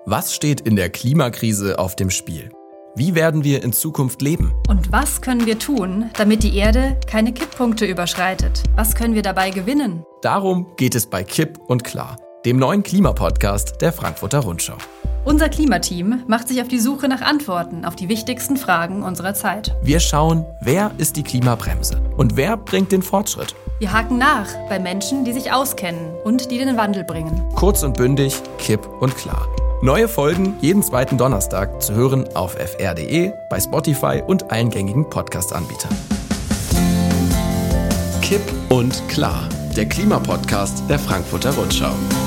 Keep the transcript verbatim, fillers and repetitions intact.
Was steht in der Klimakrise auf dem Spiel? Wie werden wir in Zukunft leben? Und was können wir tun, damit die Erde keine Kipppunkte überschreitet? Was können wir dabei gewinnen? Darum geht es bei Kipp und Klar, dem neuen Klimapodcast der Frankfurter Rundschau. Unser Klimateam macht sich auf die Suche nach Antworten auf die wichtigsten Fragen unserer Zeit. Wir schauen, wer ist die Klimabremse und wer bringt den Fortschritt? Wir haken nach bei Menschen, die sich auskennen und die den Wandel bringen. Kurz und bündig, Kipp und Klar. Neue Folgen jeden zweiten Donnerstag zu hören auf f r punkt d e, bei Spotify und allen gängigen Podcast-Anbietern. Kipp und Klar, der Klimapodcast der Frankfurter Rundschau.